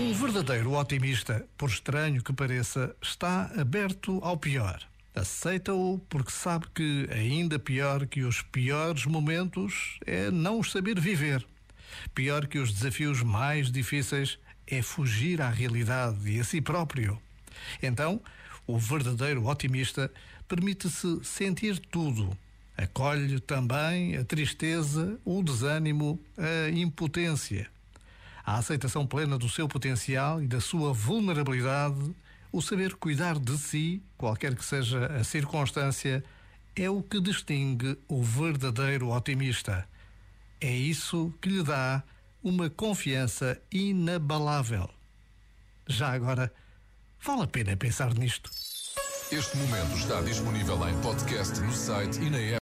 Um verdadeiro otimista, por estranho que pareça, está aberto ao pior. Aceita-o porque sabe que ainda pior que os piores momentos é não os saber viver. Pior que os desafios mais difíceis é fugir à realidade e a si próprio. Então, o verdadeiro otimista permite-se sentir tudo. Acolhe também a tristeza, o desânimo, a impotência. A aceitação plena do seu potencial e da sua vulnerabilidade, o saber cuidar de si, qualquer que seja a circunstância, é o que distingue o verdadeiro otimista. É isso que lhe dá uma confiança inabalável. Já agora, vale a pena pensar nisto. Este momento está disponível em podcast no site e na app.